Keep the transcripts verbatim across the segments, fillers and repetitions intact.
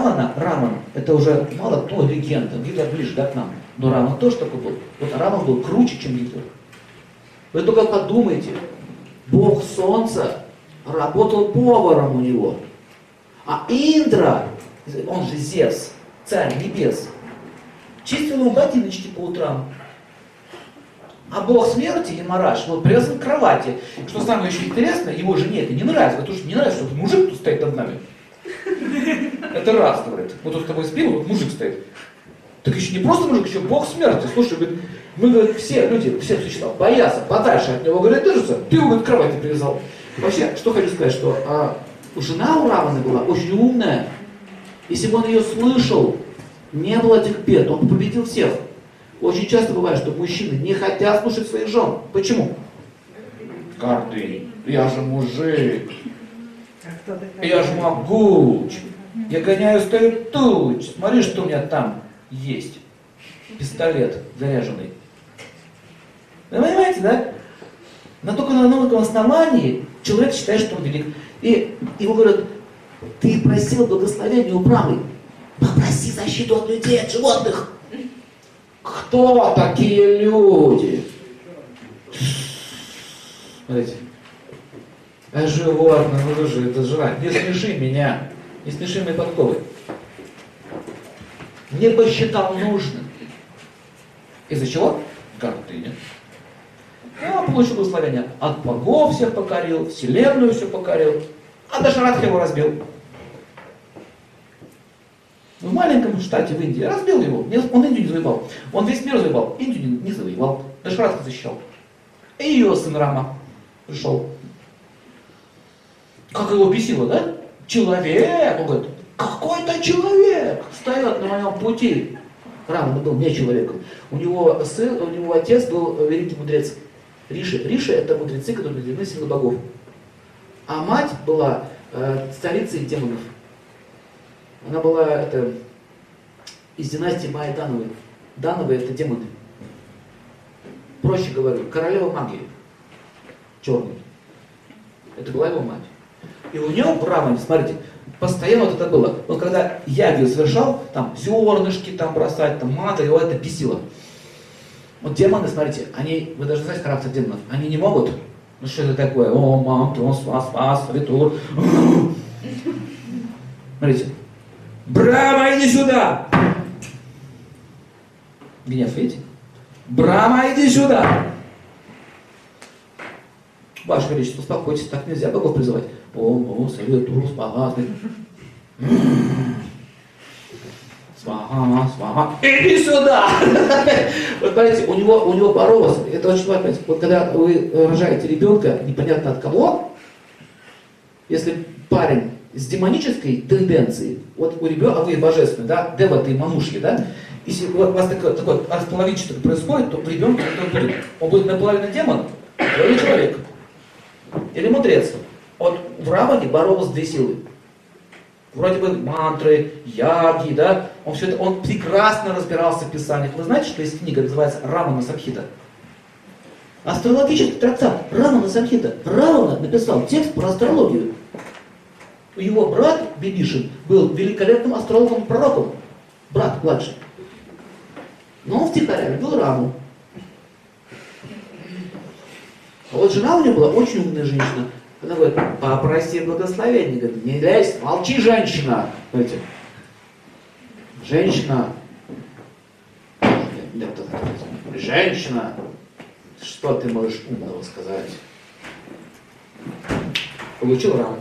Равана, Раман, это уже мало кто легенда, Гитлер ближе, да, к нам. Но Раман тоже такой был. Вот Раман был круче, чем Гитлер. Вы только подумайте, бог солнца работал поваром у него. А Индра, он же Зевс, царь небес, чистил ему ботиночки по утрам. А бог смерти, Ямараш, вот привязан к кровати. Что самое еще интересное, его жене это не нравится, потому что не нравится, что мужик тут стоит над нами. Это раз, говорит. Вот тут с тобой спим, вот мужик стоит. Так еще не просто мужик, еще бог смерти. Слушай, говорит, мы, говорит, все люди, все существа боятся подальше от него, говорит, держится, ты его, говорит, к кровати привязал. Вообще, что хочу сказать, что а, жена у Раваны была очень умная. Если бы он ее слышал, не было этих бед, он бы победил всех. Очень часто бывает, что мужчины не хотят слушать своих жен. Почему? Гордынь. Я же мужик. Я же могуч. Я гоняю стою туч. Смотри, что у меня там есть. Пистолет заряженный. Вы понимаете, да? Но только на новом основании человек считает, что он велик. И его говорят, ты просил благословения у Брамы. Попроси защиту от людей, от животных. Кто такие люди? Смотрите. А животные, ну же, это жрать. Не смеши меня. Не смеши мои подковы. Не посчитал нужным. Из-за чего? Гордыня. Я получил благословение. От богов всех покорил, вселенную все покорил. А Дашаратха его разбил. В маленьком штате в Индии разбил его. Он Индию не завоевал. Он весь мир завоевал. Индию не, не завоевал. Дашаратха защищал. И ее сын Рама пришел. Как его бесило, да? Человек! Он говорит, какой-то человек встает на моем пути. Рама был не человеком. У него сын, у него отец был великий мудрец. Риши. Риши это мудрецы, которые наделены силой богов. А мать была э, царицей демонов. Она была это, из династии Майя Дановой. Дановы это демоны. Проще говорю, королева магии. Черный. Это была его мать. И у него в Рамане, смотрите, постоянно вот это было. Вот когда ягью совершал, там зернышки там бросать, там маты, его это бесило. Вот демоны, смотрите, они, вы даже знаете характер демонов, они не могут, ну что это такое, о, мам, трон, спас, спас, ритур. Смотрите, Брама, иди сюда! Гнев, видите? Брама, иди сюда! Ваше Величество, успокойтесь, так нельзя богов призывать. Ом, ом, салюту, спага, свага, свага. Иди сюда! Вот смотрите, у него, у него порос, это очень важно. Вот когда вы рожаете ребенка, непонятно от кого, если парень с демонической тенденцией, вот у ребенка, а вы божественный, да, дева ты манушки, да, если вот у вас такое, такое располовинчатое происходит, то ребенок будет, он будет наполовину демон, или человек, или мудрец. Вот в Раване боролось две силы. Вроде бы мантры, яги, да, он все это, он прекрасно разбирался в писаниях. Вы знаете, что есть книга, называется Рамана Самхита? Астрологический трактат Рамана Самхита. Равана написал текст про астрологию. Его брат Бибишин был великолепным астрологом-пророком. Брат младший. Но он втихаря любил Раму. А вот жена у него была очень умная женщина. Она говорит, попроси благословения. Говорит, не лезь, молчи, женщина. Знаете, женщина. Женщина. Что ты можешь умного сказать? Получил Раму.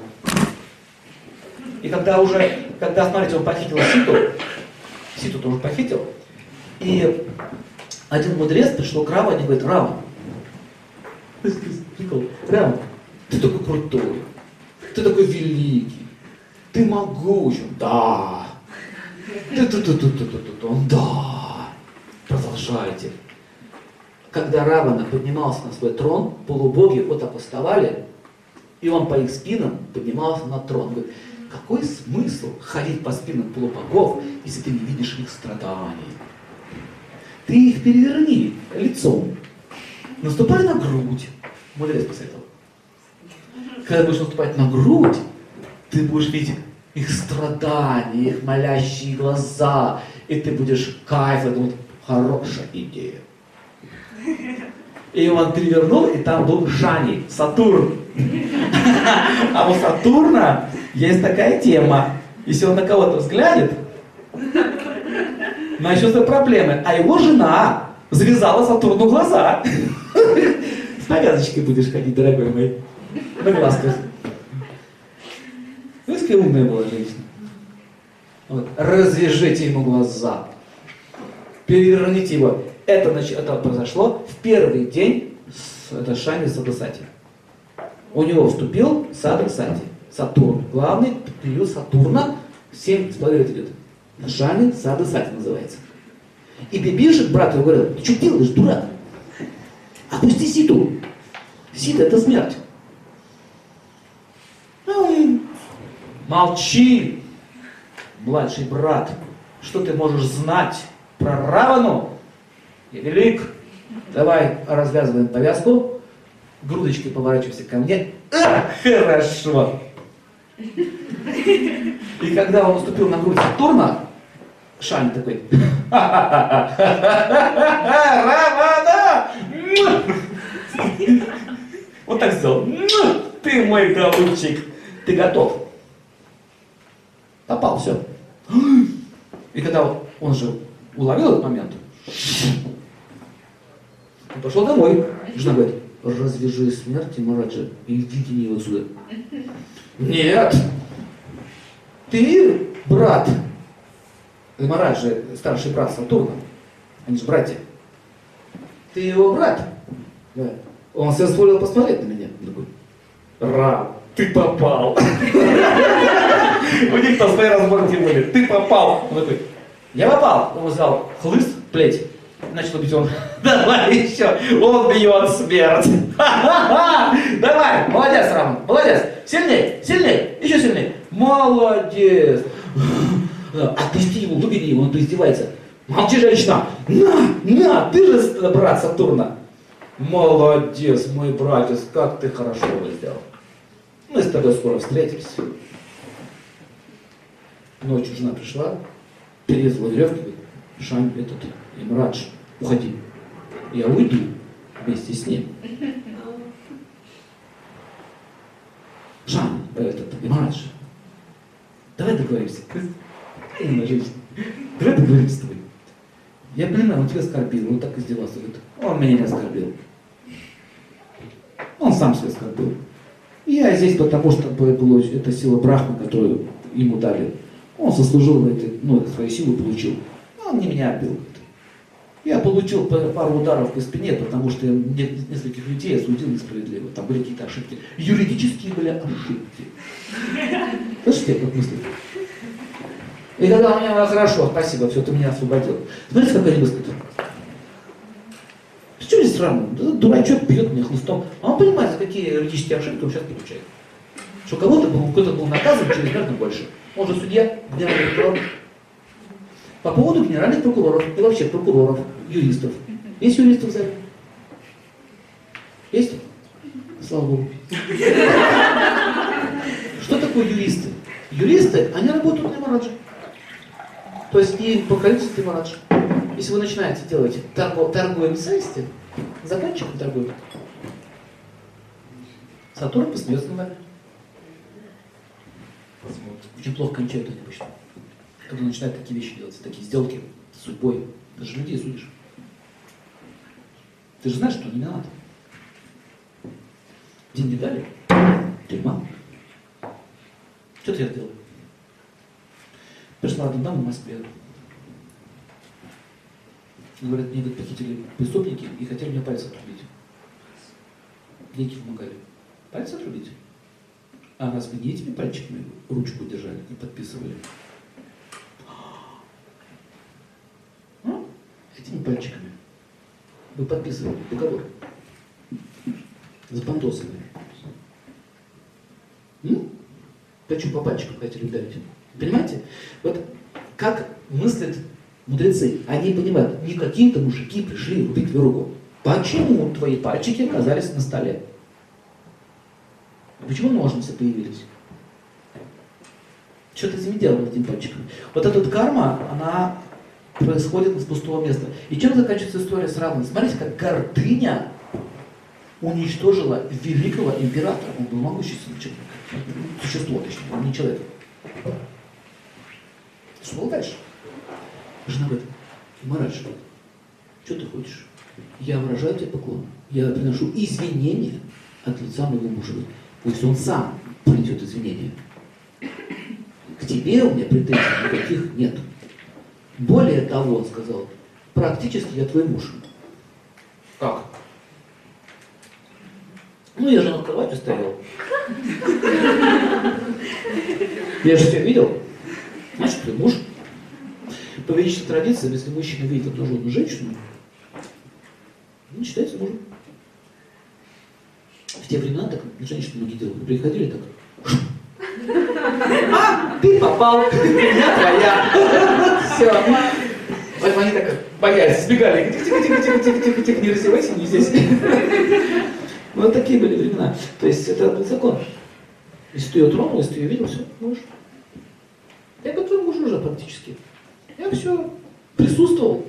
И когда уже, когда, смотрите, он похитил Ситу, Ситу тоже похитил, и один мудрец пришел к Рамане и говорит, Рама, Рама, ты такой крутой, ты такой великий, ты могучий, да, ты ты ты ты ты ты он да, продолжайте. Когда Равана поднимался на свой трон, полубоги вот так вставали, и он по их спинам поднимался на трон. Он говорит, какой смысл ходить по спинам полубогов, если ты не видишь их страданий? Ты их переверни лицом, наступай на грудь. Мудрец посоветовал. Когда будешь наступать на грудь, ты будешь видеть их страдания, их молящие глаза, и ты будешь кайфовать, думать, хорошая идея. И он перевернул, и там был Шани, Сатурн. А у Сатурна есть такая тема. Если он на кого-то взглянет, начнутся проблемы. А его жена завязала Сатурну глаза. С повязочкой будешь ходить, дорогой мой. На глазках. Ну, какая умная была женщина. Вот. Развяжите ему глаза. Переверните его. Это, значит, это произошло в первый день это Шани Садасати. У него вступил Садасати. Сатурн. Главный период Сатурна семь с половиной лет. Шани Садасати называется. И Бибишек, брат его, говорил, ты что делаешь, дурак? Опусти Ситу. Сита — это смерть. Ой. Молчи, младший брат. Что ты можешь знать про Равану? Я велик. Давай развязываем повязку. Грудочкой поворачивайся ко мне. А, хорошо. И когда он наступил на грудь Сатурна, Шани такой, Равана! Вот так сделал. Ты мой голубчик. Ты готов. Попал, все. И когда он же уловил этот момент, он пошел домой. Жена говорит, развяжи смерти, Мараджа, и выкини его отсюда. Нет. Ты брат. Мараджа, старший брат Сатурна. Они же братья. Ты его брат. Да. Он соизволил посмотреть на меня. Он такой, Рам, ты попал. У них там свои разборки были. Ты попал. Он такой, я попал. Он взял хлыст, плеть. Начал бить он. Давай еще. Он бьет смерть. Давай. Молодец, Рам. Молодец. Сильней. Сильней. Еще сильней. Молодец. Отпусти его, выбери его. Он издевается. Молчи, женщина. На, на. Ты же брат Сатурна. Молодец, мой братец. Как ты хорошо его сделал. Мы с тобой скоро встретимся. Ночью жена пришла, перерезала веревки, говорит, Шань, этот, Имрадж, уходи. Я уйду вместе с ним. Жан, этот, Имрадж, давай договоримся. Именно женщина. Давай договоримся с тобой. Я понимаю, он тебя оскорбил, он так издевался. Говорит, он меня не оскорбил. Он сам себя оскорбил. Я здесь потому, что была эта сила Брахмы, которую ему дали. Он заслужил эти, ну, свою силу получил. Он не меня бил. Я получил пару ударов по спине, потому что нескольких людей осудил несправедливо. Там были какие-то ошибки. Юридические были ошибки. Слышите, как мысли? И тогда у меня хорошо, спасибо, все, ты меня освободил. Смотрите, как они мыслят. Что здесь странно? Дурачок бьет меня хлыстом. А он понимает, за какие юридические ошибки он сейчас получает. Что кого-то был, кто-то был наказан чрезмерно больше. Он же судья, генеральный прокурор. По поводу генеральных прокуроров и вообще прокуроров, юристов. Есть юристы в зале? Есть? Слава Богу. Что такое юристы? Юристы, они работают на Мараджа. То есть и по количеству Мараджа. Если вы начинаете делать торгу, торгуем совести, закончиком торгуем, Сатурн посмеется над вами. Очень плохо кончают они обычно. Когда начинают такие вещи делать, такие сделки с судьбой. Ты же людей судишь. Ты же знаешь, что не надо. Деньги дали, тюрьма. Что ты делал? Пришла одна дама в Москве. Говорят, мне тут похитили преступники и хотели мне пальцы отрубить. Деньги помогали. Пальцы отрубить? А раз вы не этими пальчиками ручку держали и подписывали, а? Этими пальчиками вы подписывали договор за понтосами. Почему по пальчикам хотели ударить? Понимаете? Вот как мыслят мудрецы. Они понимают, не какие-то мужики пришли рубить руку. Почему твои пальчики оказались на столе? Почему ножницы появились? Что ты с ними делал этим пальчиком? Вот эта вот карма, она происходит из пустого места. И чем заканчивается история с Раваной? Смотрите, как гордыня уничтожила великого императора. Он был могущественный человек. Существо, точнее, он не человек. Что было дальше? Жена говорит: Марадж, что ты хочешь? Я выражаю тебе поклон. Я приношу извинения от лица моего мужа. Пусть он сам принесет извинения. К тебе у меня претензий никаких нет. Более того, он сказал, практически я твой муж. Как? Ну, я же на кровати стоял. Я же все видел. Значит, ты муж. По ведической традиции, если мужчина видит обнаженную женщину, он считается мужем. В те времена так женщины многие делали. Приходили так. А, ты попал, я твоя. Все. Поэтому они так боялись, сбегали. Тихо-тихо-тихо-тихо-тихо-тихо, не раздевайся, не здесь. Вот такие были времена. То есть это был закон. Если ты ее тронул, если ты ее видел, все, можешь. Я как твой муж уже практически. Я все присутствовал.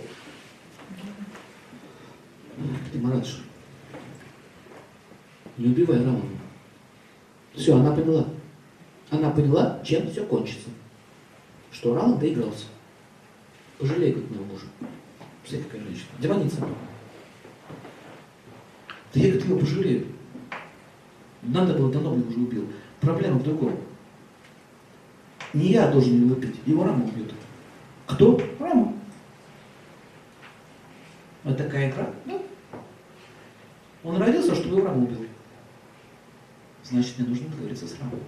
Ты, Марадж, не убивай Равану. Все, она поняла. Она поняла, чем все кончится. Что Раван доигрался. Пожалей, как моего мужа. Смотри, какая женщина. Демоница. Да я как его пожалею. Надо было, давно бы уже убил. Проблема в другом. Не я должен его убить, его Рама убьет. Кто? Рама. Вот такая игра. Да. Он родился, чтобы его Рама убил. Значит, мне нужно договориться с Рамой.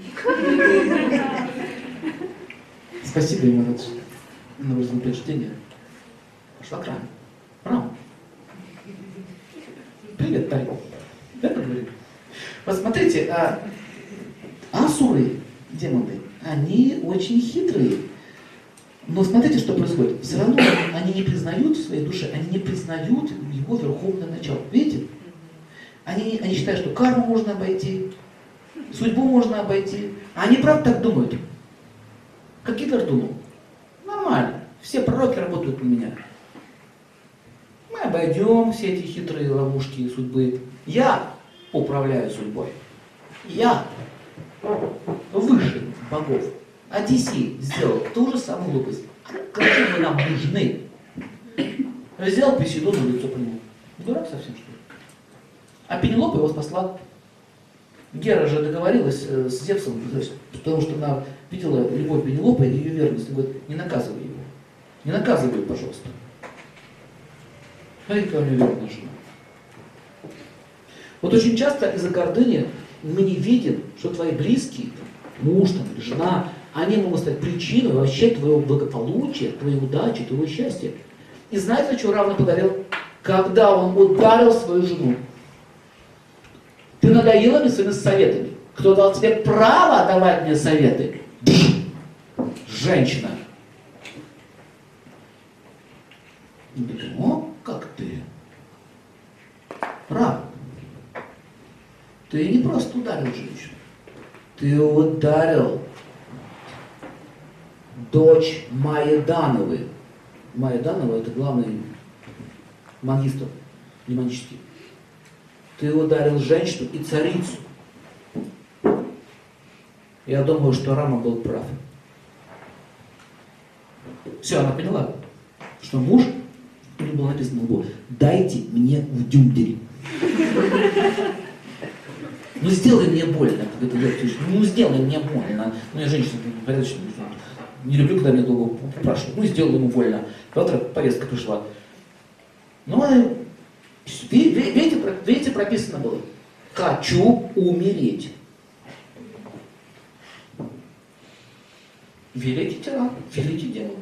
Спасибо ему на вознаграждение. Пошла к Раме. Рама. Привет, парень. Да, поговорим? Вот смотрите, а, асуры, демоны, они очень хитрые. Но смотрите, что происходит. Все равно они не признают в своей душе, они не признают его верховное начало. Видите? Они, они считают, что карму можно обойти, судьбу можно обойти. А они правда так думают. Как Гитлер думал. Нормально. Все пророки работают на меня. Мы обойдем все эти хитрые ловушки судьбы. Я управляю судьбой. Я выше богов. Одиссей сделал ту же самую глупость. Какие вы нам нужны? Взял Посейдона, лицо по нему. Дурак совсем, что ли? А Пенелопа его спасла. Гера же договорилась с Зевсом, потому что она видела любовь Пенелопы и ее верность. И говорит, не наказывай его. Не наказывай его, пожалуйста. Смотрите, какая у нее верная жена. Вот очень часто из-за гордыни мы не видим, что твои близкие, муж там, или жена, они могут стать причиной вообще твоего благополучия, твоей удачи, твоего счастья. И знаете, что Равана подарил? Когда он ударил свою жену. Ты надоела мне своими советами. Кто дал тебе право давать мне советы? Женщина. И говорит, о, как ты. Рав. Ты не просто ударил женщину. Ты ударил дочь Майдановой. Майданова это главный магистр демонический. Ты ударил женщину и царицу. Я думаю, что Рама был прав. Все, она поняла, что муж, у него было написано на лбу, дайте мне в дюмдере. Ну сделай мне больно. Ну сделай мне больно. Ну я женщина порядочная. Не люблю, когда меня долго упрашивают. Ну сделай ему больно. Завтра повестка пришла. Ну, видите, видите, прописано было. Хочу умереть. Великий тиран, великий демон.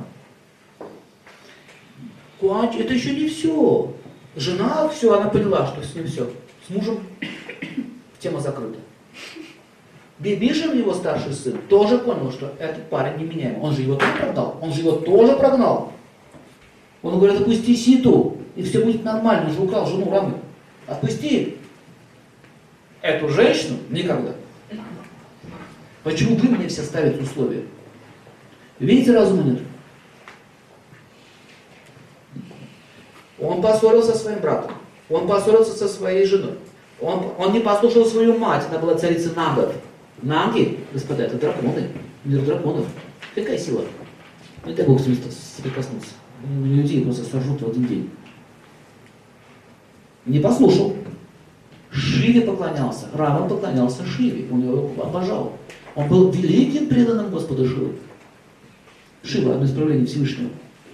Это еще не все. Жена, все, она поняла, что с ним все. С мужем тема закрыта. Бибишев, его старший сын, тоже понял, что этот парень неменяемый. Он же его тоже прогнал. Он же его тоже прогнал. Он говорит, отпусти Ситу, и все будет нормально. Он же украл жену Рамы. Отпусти эту женщину никогда. Почему вы мне все ставите условия? Видите, разума нет. Он поссорился со своим братом. Он поссорился со своей женой. Он, он не послушал свою мать, она была царицей Нагов. Наги, господа, это драконы, мир драконов. Какая сила? Не дай Бог с ними соприкоснуться. Людей просто сожрут в один день. Не послушал. Шиве поклонялся. Раван поклонялся Шиве. Он его обожал. Он был великим преданным Господу Шивы. Шива, одно из правлений Всевышнего.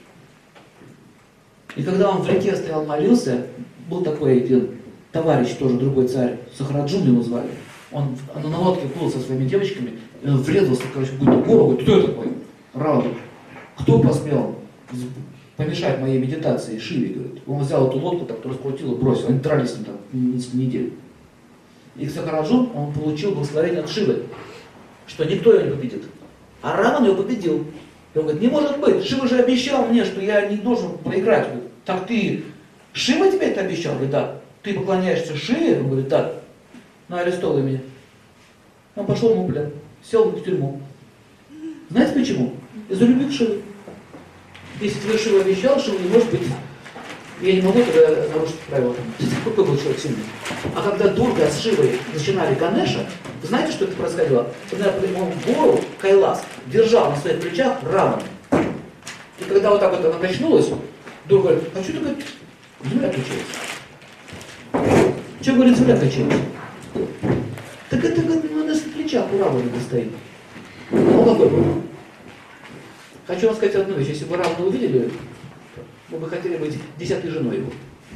И когда он в реке стоял, молился, был такой один товарищ, тоже другой царь, Сахараджун его звали. Он, он на лодке плыл со своими девочками, и он врезался, короче, в какую-то гору. Говорит, кто я такой? Раван. Кто посмел помешать моей медитации Шиве, говорит. Он взял эту лодку, так раскрутил и бросил. Они дрались с ним там несколько недель. И Сахараджун, он получил благословение от Шивы, что никто его не победит. А Раван его победил. И он говорит, не может быть, Шива же обещал мне, что я не должен проиграть. Он говорит, так ты, Шива тебе это обещал? Он говорит, да. Ты поклоняешься Шиве? Он говорит, да. Ну, арестовывай меня. Он пошел ему, бля, сел в тюрьму. Знаете почему? Из-за любви к Шиве. Если тебе Шива обещал, Шива не может быть. Я не могу тогда нарушить правила. Какой был человек сильный? А когда Дурга с Шивой начинали Ганеша, вы знаете, что это происходило? Когда он гору, Кайлас, держал на своих плечах Равана. И когда вот так вот она качнулась, Дурга говорит, а что такое? Земля качается. Что, говорит, земля качается? Так это, говорит, на наших плечах у Равана стоит. Он какой был? Хочу вам сказать одну вещь. Если бы Равана увидели, мы бы хотели быть десятой женой его.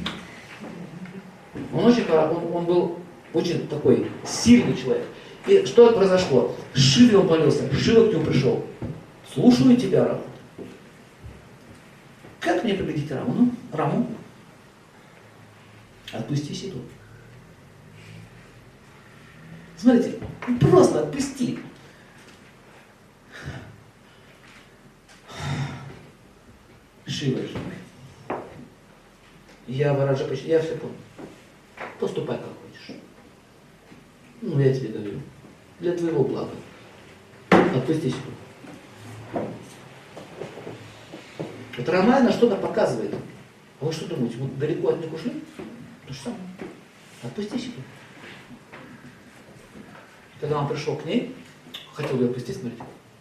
Он очень, он, он был очень такой сильный человек. И что произошло? Шиве он молился, Шива к нему пришел. Слушаю тебя, Раван. Как мне победить Раму? Раму? Отпусти Ситу. Смотрите, просто отпусти. Шива же. Я Вараджа, я все понял. Поступай как хочешь. Ну, я тебе говорю. Для твоего блага. Отпусти себя. Вот Рамайна что-то показывает. А вы что думаете, мы далеко от них ушли? То же самое. Отпусти себя. Когда он пришел к ней, хотел ее отпустить, смотрите.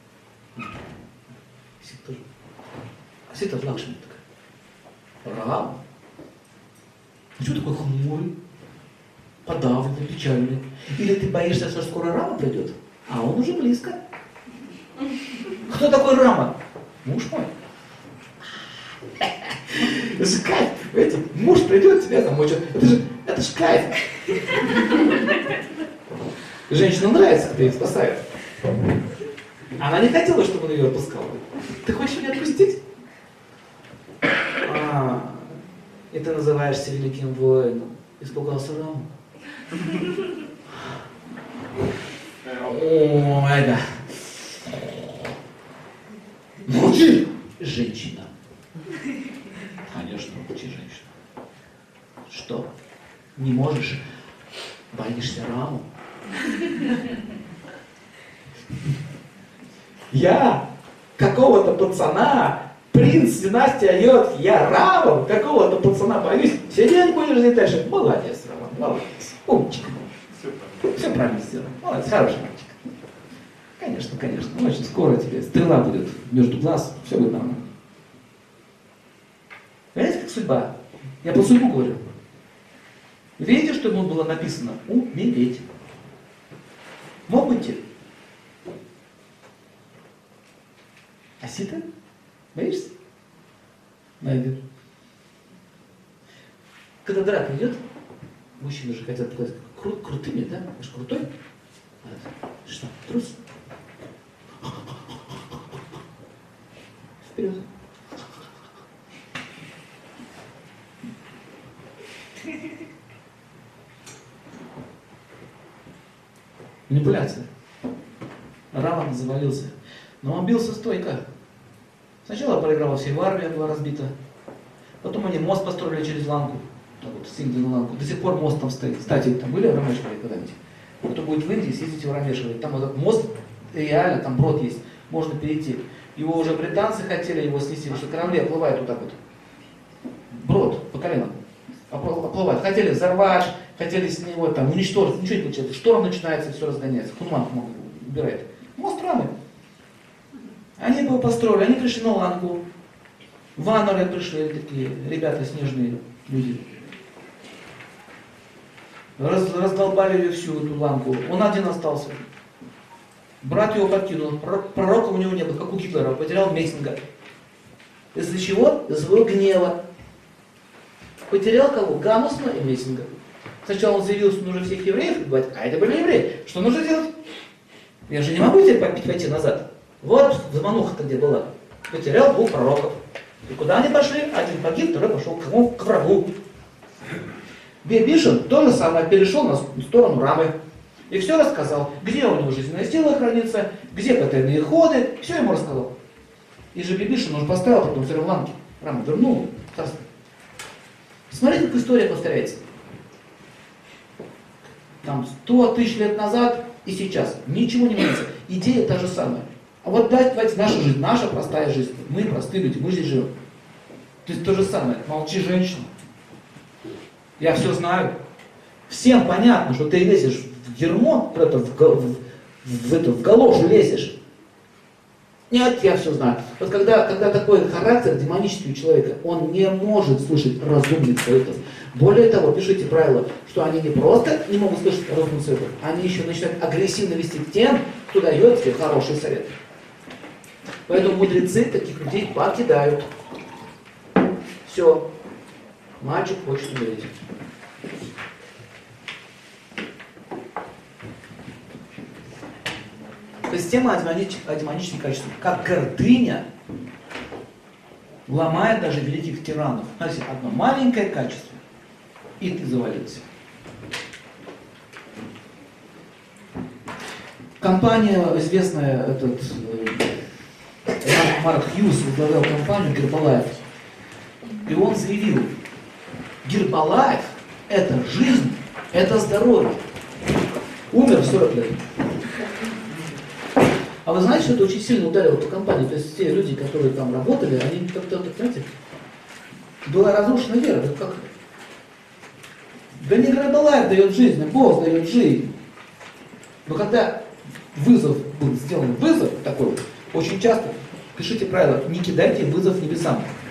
Сита тоже. Сита Лакшми такая. Рам. А что такой хмурый, подавленный, печальный? Или ты боишься, что скоро Рама придет? А он уже близко. Кто такой Рама? Муж мой. Это же кайф. Видите, муж придет, тебя замочит. Это же, это же кайф. Женщинам нравится, когда их спасают. Она не хотела, чтобы он ее отпускал. Ты хочешь меня отпустить? А, и ты называешься великим воином. Испугался Рама. Ой, да. Молчи, женщина. Конечно, молчи, женщина. Что? Не можешь? Боишься Раму? Я какого-то пацана, принц династии Айодхи, я Раван, какого-то пацана боюсь. Сидеть будешь здесь дальше. Молодец, Раван, молодец. Умничек. Все правильно сделал. Молодец, хороший мальчик. Конечно, конечно. Очень скоро тебе стрела будет между глаз, все будет нормально. Понимаете, как судьба? Я про судьбу говорю. Видите, что ему было написано? Умереть. Мог быть? А Сита? Боишься? Найдет. Когда драка идет, мужчины же хотят показать кру- крутыми, да? Я же крутой. А, что? Трус? Вперед. Манипуляция. Раван завалился. Но он бился стойко. Сначала проиграла вся его армия, была разбита. Потом они мост построили через Ланку. Так вот, Синдину Ланку. До сих пор мост там стоит. Кстати, там были в Рамешваре когда-нибудь? Кто будет в Индии, съездите в Рамешваре. Там вот этот мост реально, там брод есть, можно перейти. Его уже британцы хотели его снести, потому что корабли оплывают вот так вот. Брод по колено оплывают. Хотели взорвать, хотели с него там уничтожить, ничего не получилось. Шторм начинается, все разгоняется. Хунман убирает. Мост Рамы. Они его построили, они пришли на ланку. Ваннеры пришли, такие ребята снежные люди. Раз, раздолбали всю эту ланку. Он один остался. Брат его покинул. Пророка у него не было, как у Гитлера. Потерял Мессинга. Из-за чего? Из-за своего гнева. Потерял кого? Гамусна и Мессинга. Сначала он заявил, что нужно всех евреев убивать, а это были евреи. Что нужно делать? Я же не могу теперь пойти назад. Вот замануха-то где была. Потерял двух пророков. И куда они пошли? Один погиб, второй пошел к, к врагу. Бибишин то же самое, перешел на сторону Рамы. И все рассказал, где у него жизненная сила хранится, где потайные ходы, все ему рассказал. И же Бибишин уже поставил, потом все равно ланки. Раму вернул. Царство. Смотрите, как история повторяется. Там сто тысяч лет назад и сейчас. Ничего не меняется. Идея та же самая. А вот давайте наша жизнь, наша простая жизнь. Мы простые люди, мы здесь живем. То есть то же самое. Молчи, женщина. Я все знаю. Всем понятно, что ты лезешь в дерьмо, в, это, в, в, в, это, в галошу лезешь. Нет, я все знаю. Вот когда, когда такой характер демонический у человека, он не может слышать разумных советов. Более того, пишите правило, что они не просто не могут слышать разумных советов, они еще начинают агрессивно вести к тем, кто дает тебе хороший совет. Поэтому мудрецы таких людей покидают. Все. Мальчик хочет умереть. То есть тема о демонических качествах. Как гордыня ломает даже великих тиранов. Смотрите, одно маленькое качество, и ты завалился. Компания известная, этот Марк Хьюз возглавлял компанию Гербалайф. И он заявил, Гербалайф – это жизнь, это здоровье. Умер в сорок лет. А вы знаете, что это очень сильно ударило по компании? То есть те люди, которые там работали, они как-то, знаете, была разрушена вера. Это как? Да не Гербалайф дает жизнь, а Бог дает жизнь. Но когда вызов был сделан, вызов такой, очень часто пишите правило, не кидайте вызов небесам.